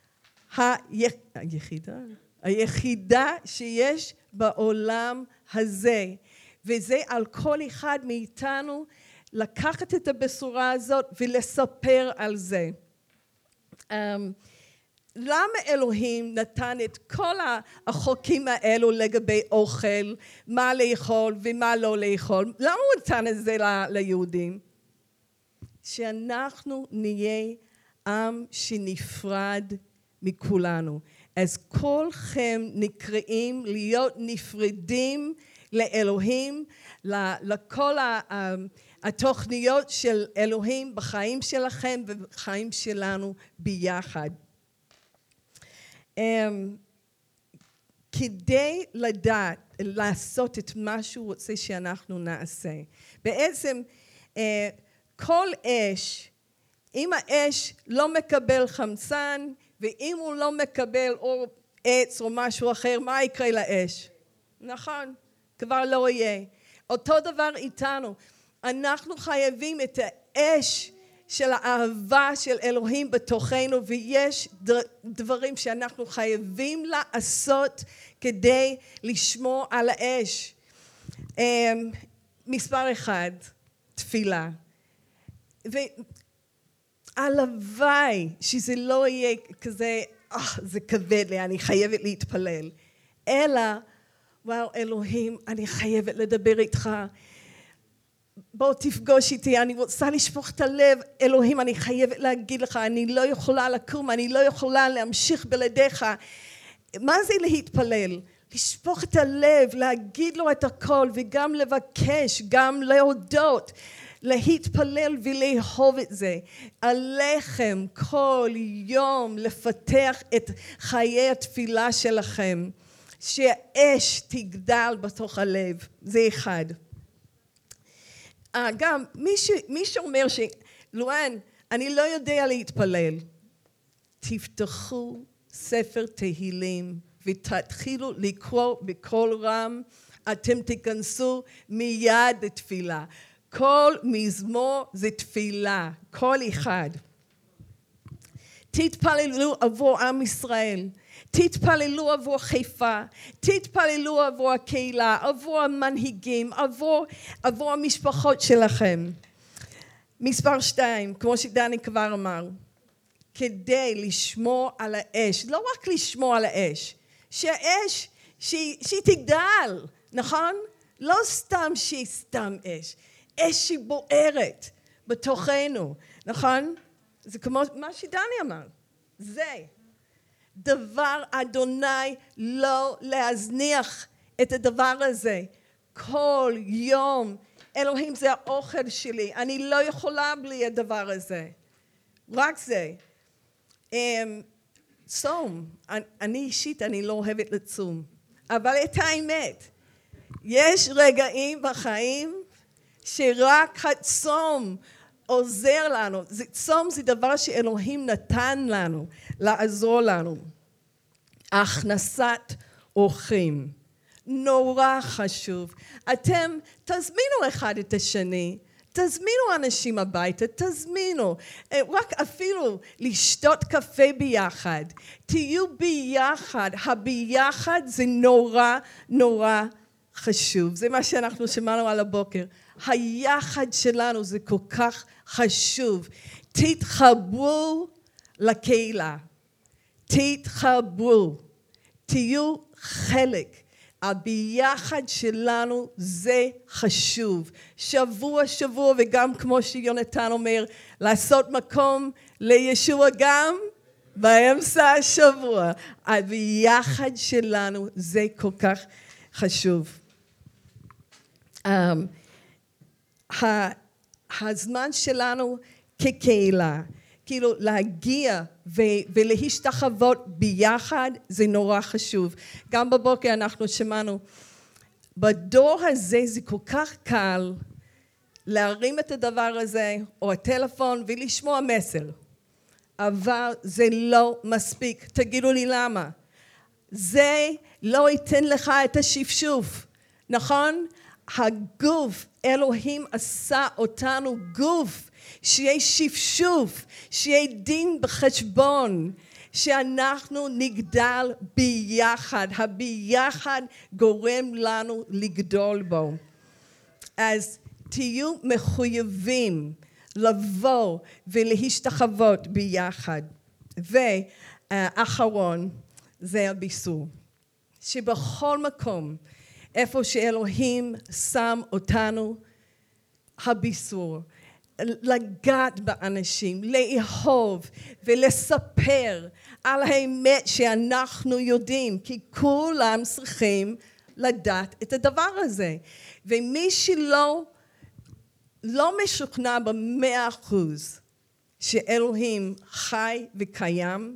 היחידה שיש בעולם הזה. וזה על כל אחד מאיתנו לקחת את הבשורה הזאת ולספר על זה. למה אלוהים נתן את כל החוקים האלו לגבי אוכל, מה לאכול ומה לא לאכול? למה הוא נתן את זה ליהודים? שאנחנו נהיה עם שנפרד מכולנו. אז כולכם נקראים להיות נפרדים לאלוהים, לכל התוכניות של אלוהים בחיים שלכם ובחיים שלנו ביחד. כדי לדעת, לעשות את מה שהוא רוצה שאנחנו נעשה. בעצם כל אש, אם האש לא מקבל חמצן, ואם הוא לא מקבל או עץ או משהו אחר, מה יקרה לאש? נכון, כבר לא יהיה. אותו דבר איתנו. אנחנו חייבים אש של האהבה של אלוהים בתוכנו, ויש דברים שאנחנו חייבים לעשות כדי לשמור על האש. מספר 1, תפילה. והלוואי שזה לא יהיה כזה, זה כבד לי, אני חייבת להתפלל. אלא, וואו, אלוהים, אני חייבת לדבר איתך. בוא תפגוש איתי, אני רוצה לשפוך את הלב. אלוהים, אני חייבת להגיד לך, אני לא יכולה לקום, אני לא יכולה להמשיך בלעדיך. מה זה להתפלל? לשפוך את הלב, להגיד לו את הכל, וגם לבקש, גם להודות, להתפלל ולאהוב את זה. עליכם כל יום לפתח את חיי התפילה שלכם, שהאש תגדל בתוך הלב. זה אחד. גם מי שאומר לואן, אני לא יודע להתפלל, תפתחו ספר תהילים ותתחילו לקרוא בקול רם, אתם תיכנסו מיד לתפילה. כל מזמור זה תפילה, כל אחד. תתפללו עבור עם ישראל, תתפללו עבור חיפה, תתפללו עבור הקהילה, עבור המנהיגים, עבור המשפחות שלכם. מספר 2, כמו שדני כבר אמר, כדי לשמור על האש, לא רק לשמור על האש, שהאש, שהיא תגדל, נכון? לא סתם שהיא סתם אש, אש שהיא בוערת בתוכנו, נכון? זה כמו מה שדני אמר, זה. דבר אדוני לא להזניח את הדבר הזה. כל יום, אלוהים זה האוכל שלי, אני לא יכולה בלי הדבר הזה. רק זה. צום, אני אישית, אני לא אוהבת לצום. אבל את האמת, יש רגעים בחיים שרק הצום עוזר לנו. צום זה דבר שאלוהים נתן לנו, לעזור לנו. הכנסת אורחים, נורא חשוב. אתם תזמינו אחד את השני, תזמינו אנשים הביתה, תזמינו. רק אפילו לשתות קפה ביחד, תהיו ביחד. הביחד זה נורא נורא חשוב. זה מה שאנחנו שמענו על הבוקר. היחד שלנו זה כל כך חשוב. תתחברו לקהילה. תתחברו. תהיו חלק. הביחד שלנו זה חשוב. שבוע שבוע, וגם כמו שיונתן אומר, לעשות מקום לישוע גם באמצע השבוע. הביחד שלנו זה כל כך חשוב. הזמן שלנו כקהילה, כאילו להגיע ולהשתחוות ביחד, זה נורא חשוב. גם בבוקר אנחנו שמענו, בדור הזה זה כל כך קל להרים את הדבר הזה, או הטלפון, ולשמוע מסר. אבל זה לא מספיק. תגידו לי למה. זה לא ייתן לך את השפשוף, נכון? הגוף, אלוהים עשה אותנו גוף, שיהיה שפשוף, שיהיה דין בחשבון, שאנחנו נגדל ביחד, הביחד גורם לנו לגדול בו. אז תהיו מחויבים לבוא ולהשתחוות ביחד. ואחרון, זה הביסור. שבכל מקום, איפה שאלוהים שם אותנו, הביסור. לגעת באנשים, לאהוב ולספר על האמת שאנחנו יודעים, כי כולם צריכים לדעת את הדבר הזה. ומי שלא משוכנע ב100% שאלוהים חי וקיים,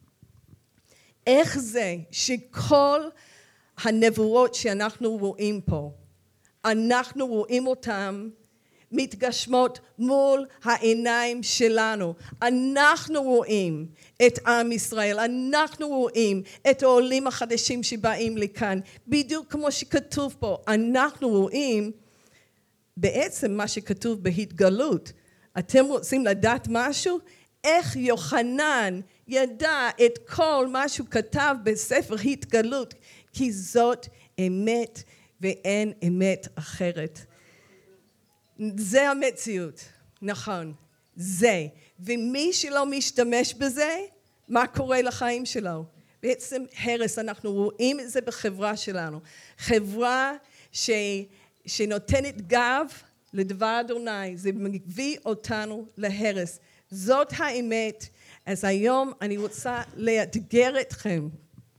איך זה שכל הנבואות שאנחנו רואים פה, אנחנו רואים אותם מתגשמות מול העיניים שלנו. אנחנו רואים את עם ישראל, אנחנו רואים את העולים החדשים שבאים לכאן, בדיוק כמו שכתוב פה. אנחנו רואים בעצם מה שכתוב בהתגלות, אתם רוצים לדעת משהו? איך יוחנן ידע את כל מה שהוא כתב בספר התגלות, כי זאת אמת ואין אמת אחרת. זה המציאות, נכון, זה. ומי שלא משתמש בזה, מה קורה לחיים שלו? בעצם הרס, אנחנו רואים את זה בחברה שלנו. חברה שנותנת גב לדבר אדוני, זה מביא אותנו להרס. זאת האמת. אז היום אני רוצה לאתגר אתכם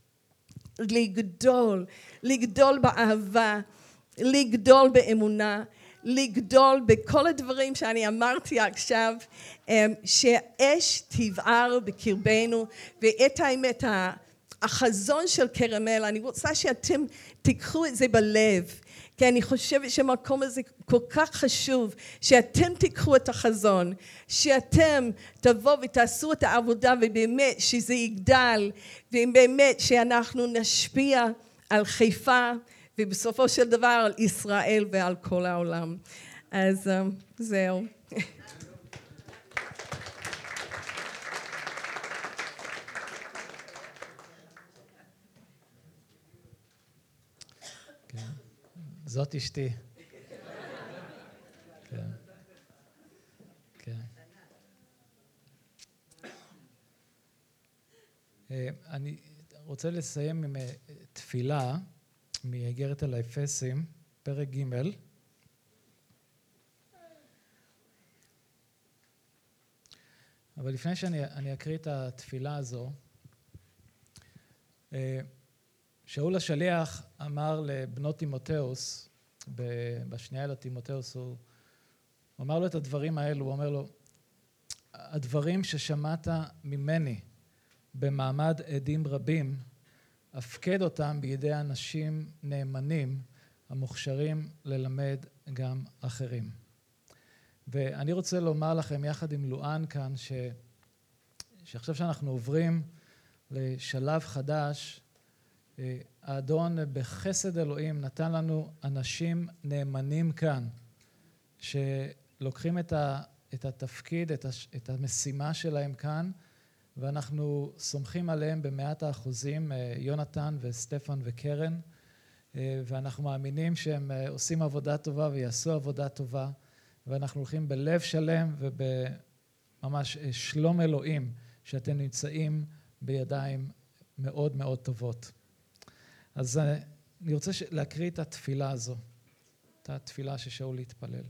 לגדול באהבה, לגדול באמונה, לגדול בכל הדברים שאני אמרתי עכשיו, שאש תבער בקרבנו, ואת האמת, החזון של כרמל, אני רוצה שאתם תיקחו את זה בלב, כי אני חושבת שהמקום הזה כל כך חשוב, שאתם תיקחו את החזון, שאתם תבואו ותעשו את העבודה, ובאמת שזה יגדל, ובאמת שאנחנו נשפיע על חיפה, ובסופו של דבר על ישראל ועל כל העולם. אז זהו. זאת אשתי. כן. כן. אני רוצה לסיים עם תפילה מאיגרת אל האפסים, פרק ג'. אבל לפני שאני אקריא את התפילה הזו, שאול השליח אמר לבנו תימותאוס, בשנייה לתימותאוס, הוא אמר לו את הדברים האלו, הוא אומר לו, הדברים ששמעת ממני במעמד עדים רבים, הפקד אותם בידי אנשים נאמנים, המוכשרים ללמד גם אחרים. ואני רוצה לומר לכם יחד עם לואן כאן, שעכשיו שאנחנו עוברים לשלב חדש, האדון בחסד אלוהים נתן לנו אנשים נאמנים כאן, שלוקחים את התפקיד, את המשימה שלהם כאן, ואנחנו סומכים עליהם ב100%, יונתן וסטפן וקרן, ואנחנו מאמינים שהם עושים עבודה טובה ויעשו עבודה טובה, ואנחנו הולכים בלב שלם ובממש שלום אלוהים, שאתם נמצאים בידיים מאוד מאוד טובות. אז אני רוצה להקריא את התפילה הזו, את התפילה ששאול התפלל.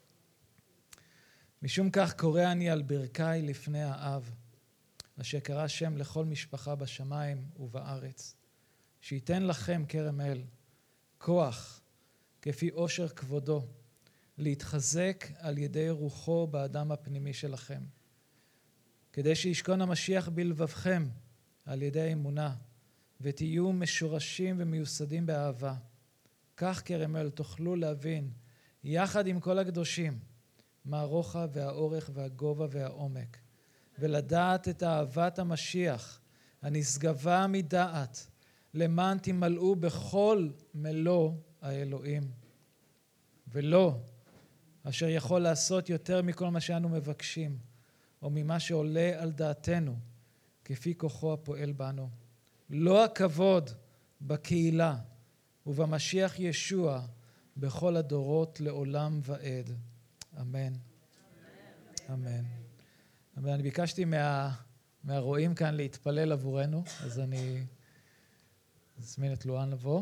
משום כך קורא אני על ברכי לפני האב, אשר קרא שם לכל משפחה בשמיים ובארץ, שייתן לכם כרמל כוח כפי עושר כבודו, להתחזק על ידי רוחו באדם הפנימי שלכם, כדי שישכון המשיח בלבבכם על ידי אמונה, ותהיו משורשים ומיוסדים באהבה. כך כרמל תוכלו להבין, יחד עם כל הקדושים, מה הרוחב והאורך והגובה והעומק, ולדעת את אהבת המשיח, הנשגבה מדעת, למען תמלאו בכל מלוא האלוהים. ולא, אשר יכול לעשות יותר מכל מה שאנו מבקשים, או ממה שעולה על דעתנו, כפי כוחו הפועל בנו. לא הכבוד בקהילה ובמשיח ישוע בכל הדורות לעולם ועד. אמן. אמן. אבל אני ביקשתי מהרועים כאן להתפלל עבורנו, אז אני אזמין את לואן לבוא.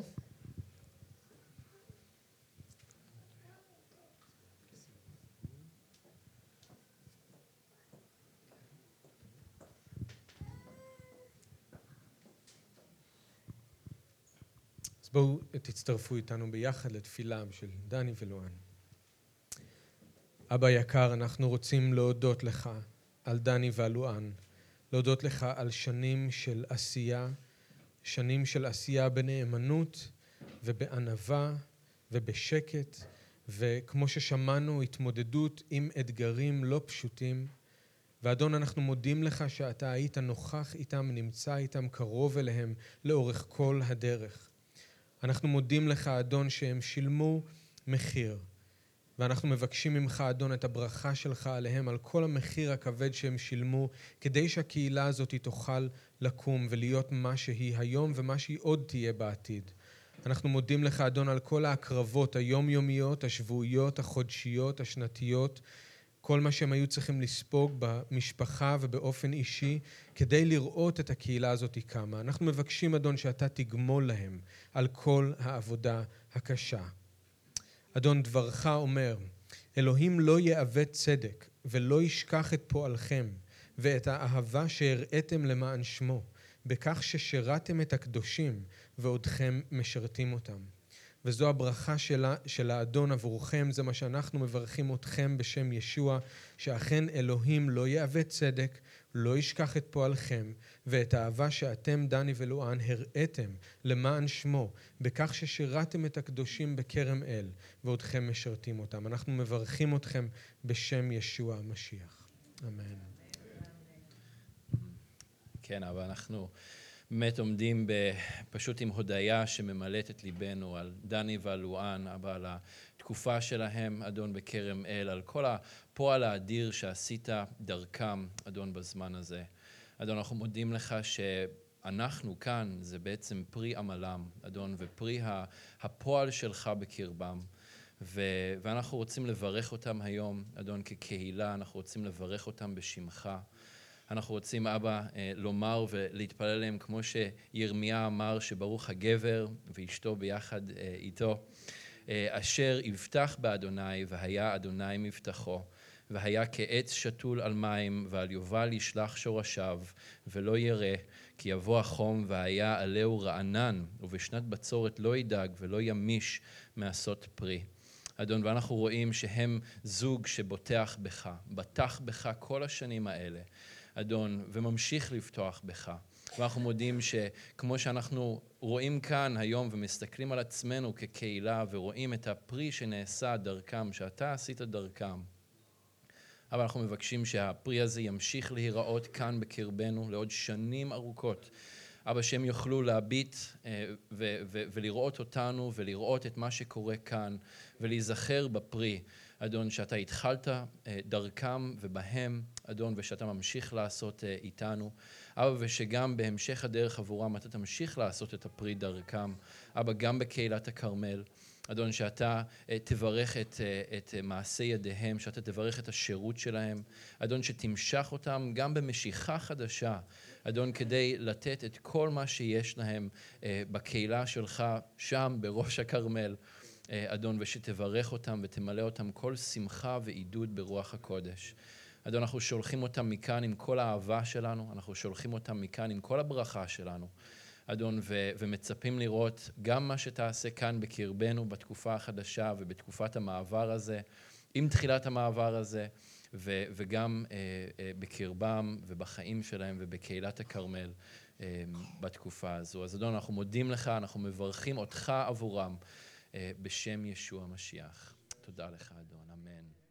אז בואו תצטרפו איתנו ביחד לתפילה של דני ולואן. אבא יקר, אנחנו רוצים להודות לך על דני ועל לואן, להודות לך על שנים של עשייה בנאמנות ובענווה ובשקט, וכמו ששמענו, התמודדות עם אתגרים לא פשוטים. ואדון, אנחנו מודים לך שאתה היית נוכח איתם, נמצא איתם, קרוב אליהם לאורך כל הדרך. אנחנו מודים לך, אדון, שהם שילמו מחיר. ואנחנו מבקשים ממך, אדון, את הברכה שלך עליהם, על כל המחיר הכבד שהם שילמו, כדי שהקהילה הזאת תוכל לקום ולהיות מה שהיא היום ומה שהיא עוד תהיה בעתיד. אנחנו מודים לך, אדון, על כל ההקרבות היומיומיות, השבועיות, החודשיות, השנתיות, כל מה שהם היו צריכים לספוג במשפחה ובאופן אישי, כדי לראות את הקהילה הזאת קמה. אנחנו מבקשים, אדון, שאתה תגמול להם על כל העבודה הקשה. אדון, דברך אומר, אלוהים לא יעוות צדק ולא ישכח את פועלכם ואת האהבה שהראיתם למען שמו, בכך ששירתם את הקדושים ועודכם משרתים אותם. וזו הברכה של האדון עבורכם, זה מה שאנחנו מברכים אתכם בשם ישוע, שאכן אלוהים לא יעוות צדק, לא ישכח את פועלכם, ואת האהבה שאתם, דני ולואן, הראיתם למען שמו, בכך ששירתם את הקדושים בכרם אל, ועודכם משרתים אותם. אנחנו מברכים אתכם בשם ישוע המשיח. אמן. כן, אבל אנחנו באמת עומדים פשוט עם הודיה שממלאת את ליבנו על דני ועל לואן, אבל על התקופה שלהם, אדון, בכרם אל, על כל הפועל האדיר שעשית דרכם, אדון, בזמן הזה. אדון, אנחנו מודים לך שאנחנו כאן, זה בעצם פרי עמלם, אדון, ופרי הפועל שלך בקרבם. ואנחנו רוצים לברך אותם היום, אדון, כקהילה, אנחנו רוצים לברך אותם בשמך. אנחנו רוצים, אבא, לומר ולהתפלל להם כמו שירמיה אמר, שברוך הגבר ואשתו ביחד איתו, אשר יבטח באדוני והיה אדוני מבטחו, והיה כעץ שתול על מים ועל יובל ישלח שורשיו ולא ירא, כי יבוא החום והיה עליהו רענן, ובשנת בצורת לא ידאג ולא ימיש מעשות פרי. אדון, ואנחנו רואים שהם זוג שבוטח בך, בטח בך כל השנים האלה, אדון, וממשיך לפתוח בך. ואנחנו מודים שכמו שאנחנו רואים כאן היום ומסתכלים על עצמנו כקהילה ורואים את הפרי שנעשה דרכם, שאתה עשית דרכם, אבל אנחנו מבקשים שהפרי הזה ימשיך להיראות כאן בקרבנו לעוד שנים ארוכות. אבא, שהם יוכלו להביט ולראות אותנו ולראות את מה שקורה כאן ולהיזכר בפרי, אדון, שאתה התחלת דרכם ובהם, אדון, ושאתה ממשיך לעשות איתנו. אבא, ושגם בהמשך הדרך עבורם אתה תמשיך לעשות את הפרי דרכם. אבא, גם בקהילת הכרמל. אדון, שאתה תברך את מעשי ידיהם, שאתה תברך את השירות שלהם. אדון, שתמשך אותם גם במשיכה חדשה. אדון, כדי לתת את כל מה שיש להם בקהילה שלך, שם בראש הכרמל. אדון, ושתברך אותם ותמלא אותם כל שמחה ועידוד ברוח הקודש. אדון, אנחנו שולחים אותם מכאן עם כל האהבה שלנו, אנחנו שולחים אותם מכאן עם כל הברכה שלנו. אדון, ומצפים לראות גם מה שתעשה כאן בקרבנו בתקופה החדשה ובתקופת המעבר הזה, עם תחילת המעבר הזה, וגם בקרבם ובחיים שלהם ובקהילת הכרמל בתקופה הזו. אז אדון, אנחנו מודים לך, אנחנו מברכים אותך עבורם בשם ישוע המשיח. תודה לך, אדון, אמן.